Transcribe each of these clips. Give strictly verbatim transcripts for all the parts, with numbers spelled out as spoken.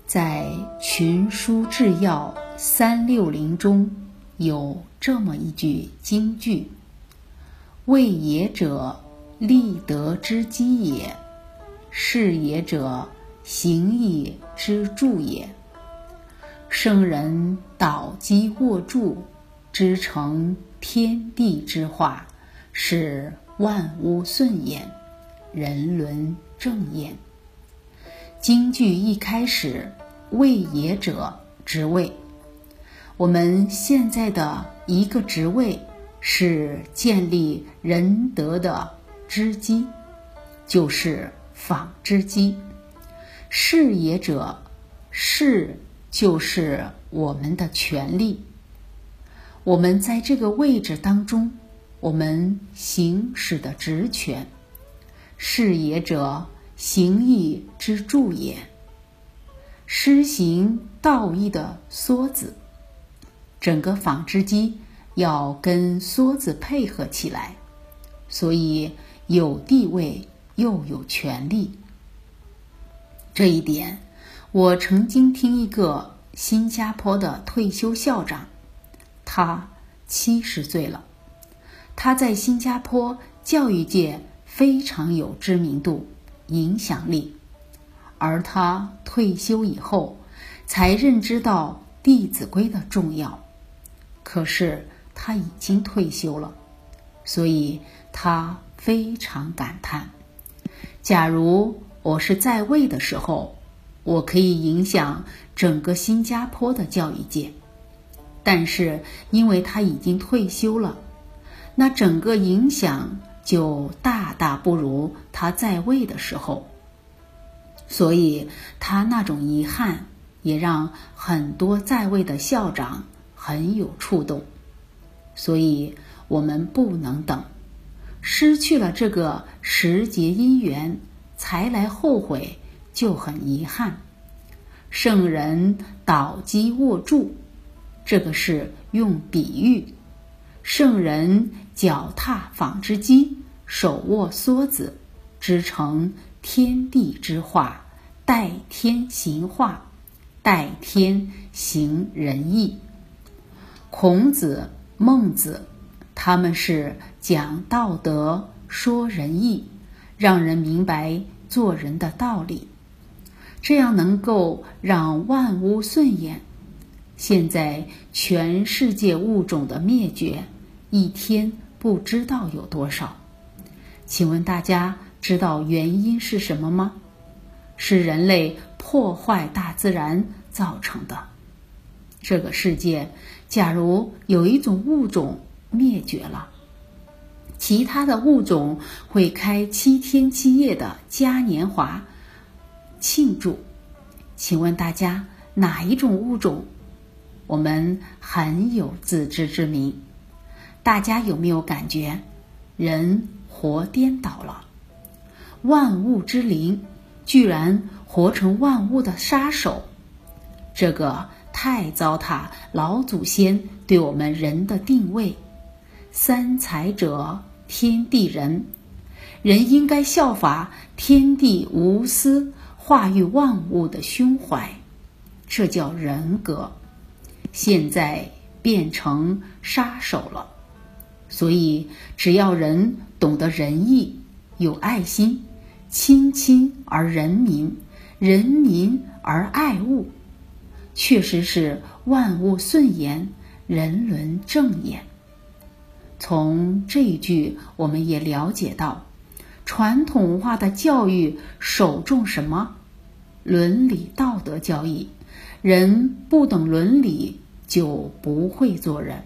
在群书治要三六零中有这么一句金句：为也者，立德之基也；事也者，行义之助也。圣人导机握柱，织成天地之化，使万物顺焉，人伦正焉。金句一开始，为也者职位，我们现在的一个职位是建立仁德的织基，就是纺织机。事也者，事就是我们的权利。我们在这个位置当中，我们行使的职权。事也者，行义之助也。施行道义的梭子，整个纺织机要跟梭子配合起来，所以有地位又有权利。这一点我曾经听一个新加坡的退休校长，他七十岁了，他在新加坡教育界非常有知名度、影响力，而他退休以后才认知到《弟子规》的重要。可是他已经退休了，所以他非常感叹：假如我是在位的时候，我可以影响整个新加坡的教育界，但是因为他已经退休了，那整个影响就大大不如他在位的时候。所以他那种遗憾也让很多在位的校长很有触动。所以我们不能等，失去了这个时节因缘才来后悔，就很遗憾。圣人导机握柱，这个是用比喻。圣人脚踏纺织机，手握梭子，织成天地之化，代天行化，代天行仁义。孔子、孟子，他们是讲道德、说仁义，让人明白做人的道理，这样能够让万物顺延。现在全世界物种的灭绝，一天不知道有多少。请问大家知道原因是什么吗？是人类破坏大自然造成的。这个世界假如有一种物种灭绝了，其他的物种会开七天七夜的嘉年华庆祝。请问大家哪一种物种？我们很有自知之明。大家有没有感觉人活颠倒了？万物之灵居然活成万物的杀手，这个太糟蹋老祖先对我们人的定位。三才者，天地人，人应该效法天地无私化育万物的胸怀，这叫人格。现在变成杀手了。所以只要人懂得仁义，有爱心，亲亲而仁民，仁民而爱物，确实是万物顺延，人伦正延。从这一句我们也了解到，传统文化的教育首重什么？伦理道德教育。人不懂伦理，就不会做人。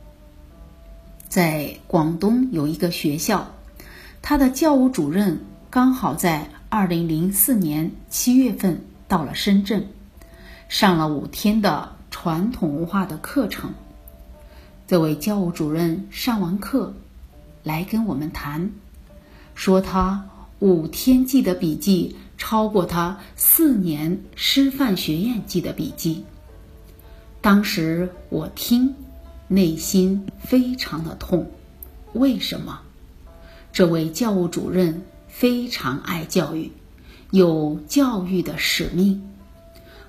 在广东有一个学校，他的教务主任刚好在二零零四年七月份到了深圳，上了五天的传统文化的课程。这位教务主任上完课来跟我们谈，说他五天记的笔记超过他四年师范学院记的笔记。当时我听，内心非常的痛。为什么？这位教务主任非常爱教育，有教育的使命。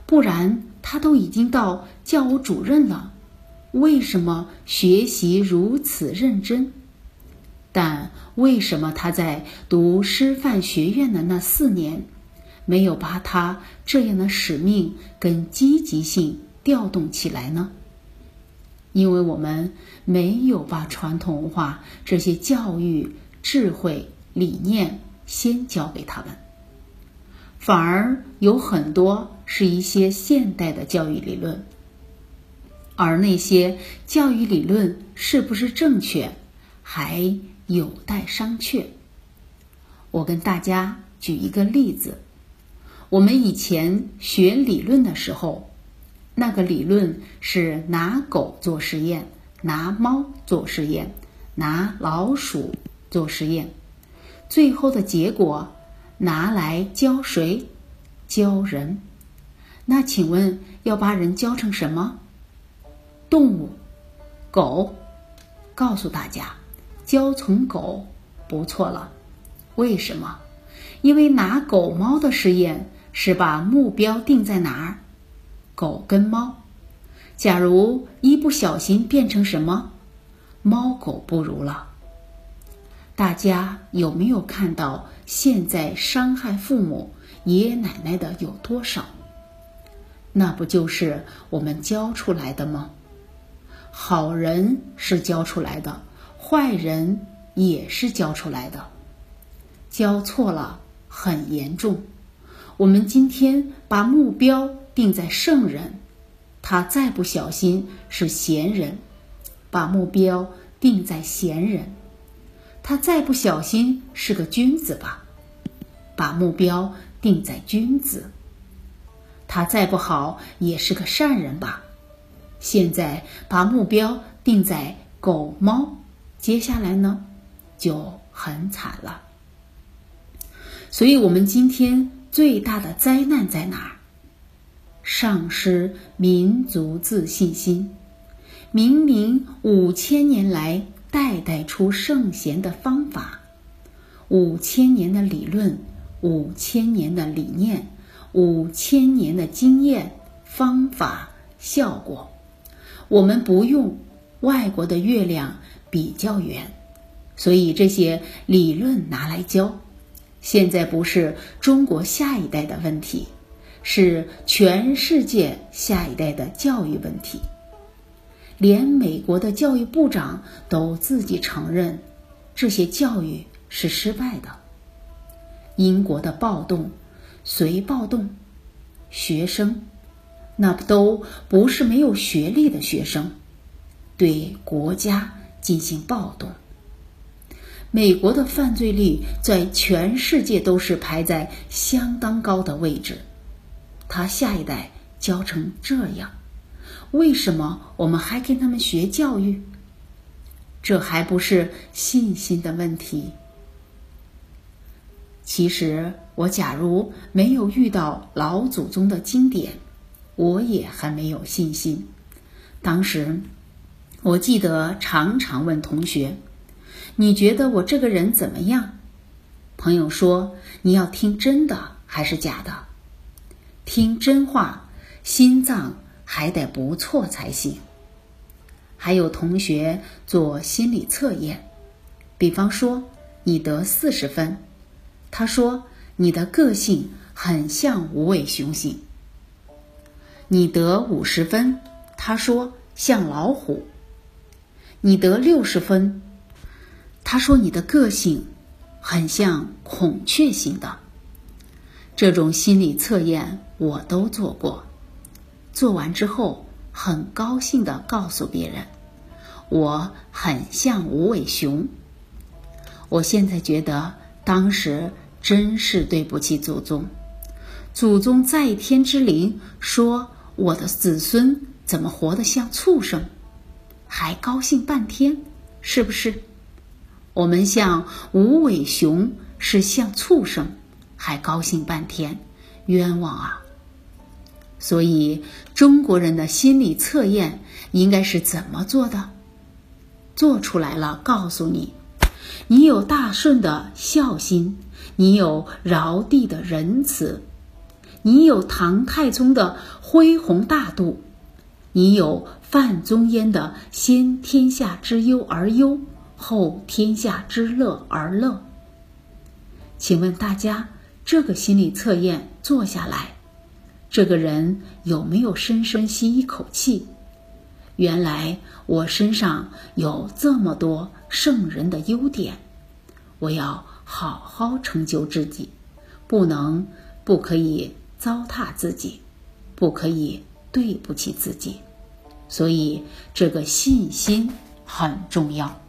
不然他都已经到教务主任了，为什么学习如此认真？但为什么他在读师范学院的那四年，没有把他这样的使命跟积极性调动起来呢？因为我们没有把传统文化这些教育、智慧、理念先教给他们，反而有很多是一些现代的教育理论，而那些教育理论是不是正确，还有待商榷。我跟大家举一个例子，我们以前学理论的时候，那个理论是拿狗做实验，拿猫做实验，拿老鼠做实验，最后的结果拿来教谁？教人。那请问要把人教成什么？动物，狗。告诉大家，教成狗不错了。为什么？因为拿狗猫的实验是把目标定在哪儿？狗跟猫。假如一不小心变成什么？猫狗不如了。大家有没有看到现在伤害父母、爷爷奶奶的有多少？那不就是我们教出来的吗？好人是教出来的，坏人也是教出来的。教错了很严重。我们今天把目标定在圣人，他再不小心是贤人；把目标定在贤人，他再不小心是个君子吧；把目标定在君子，他再不好也是个善人吧。现在把目标定在狗猫，接下来呢就很惨了。所以我们今天最大的灾难在哪儿？丧失民族自信心。明明五千年来代代出圣贤的方法，五千年的理论，五千年的理念，五千年的经验、方法、效果，我们不用外国的月亮比较圆，所以这些理论拿来教。现在不是中国下一代的问题，是全世界下一代的教育问题。连美国的教育部长都自己承认，这些教育是失败的。英国的暴动，谁暴动？学生，那都不是没有学历的学生，对国家进行暴动。美国的犯罪率在全世界都是排在相当高的位置，他下一代教成这样，为什么我们还跟他们学教育？这还不是信心的问题。其实我假如没有遇到老祖宗的经典，我也还没有信心。当时我记得常常问同学，你觉得我这个人怎么样？朋友说，你要听真的还是假的？听真话，心脏还得不错才行。还有同学做心理测验，比方说你得四十分，他说你的个性很像无尾熊型。你得五十分，他说像老虎。你得六十分，他说你的个性很像孔雀型的。这种心理测验我都做过，做完之后很高兴地告诉别人，我很像无尾熊。我现在觉得当时真是对不起祖宗，祖宗在天之灵说我的子孙怎么活得像畜生，还高兴半天，是不是？我们像无尾熊是像畜生，还高兴半天，冤枉啊！所以中国人的心理测验应该是怎么做的？做出来了，告诉你，你有大顺的孝心，你有尧帝的仁慈， 你有唐太宗的恢宏大度，你有范仲淹的先天下之忧而忧，后天下之乐而乐。请问大家，这个心理测验做下来，这个人有没有深深吸一口气？原来我身上有这么多圣人的优点，我要好好成就自己，不能不可以糟蹋自己，不可以对不起自己。所以这个信心很重要。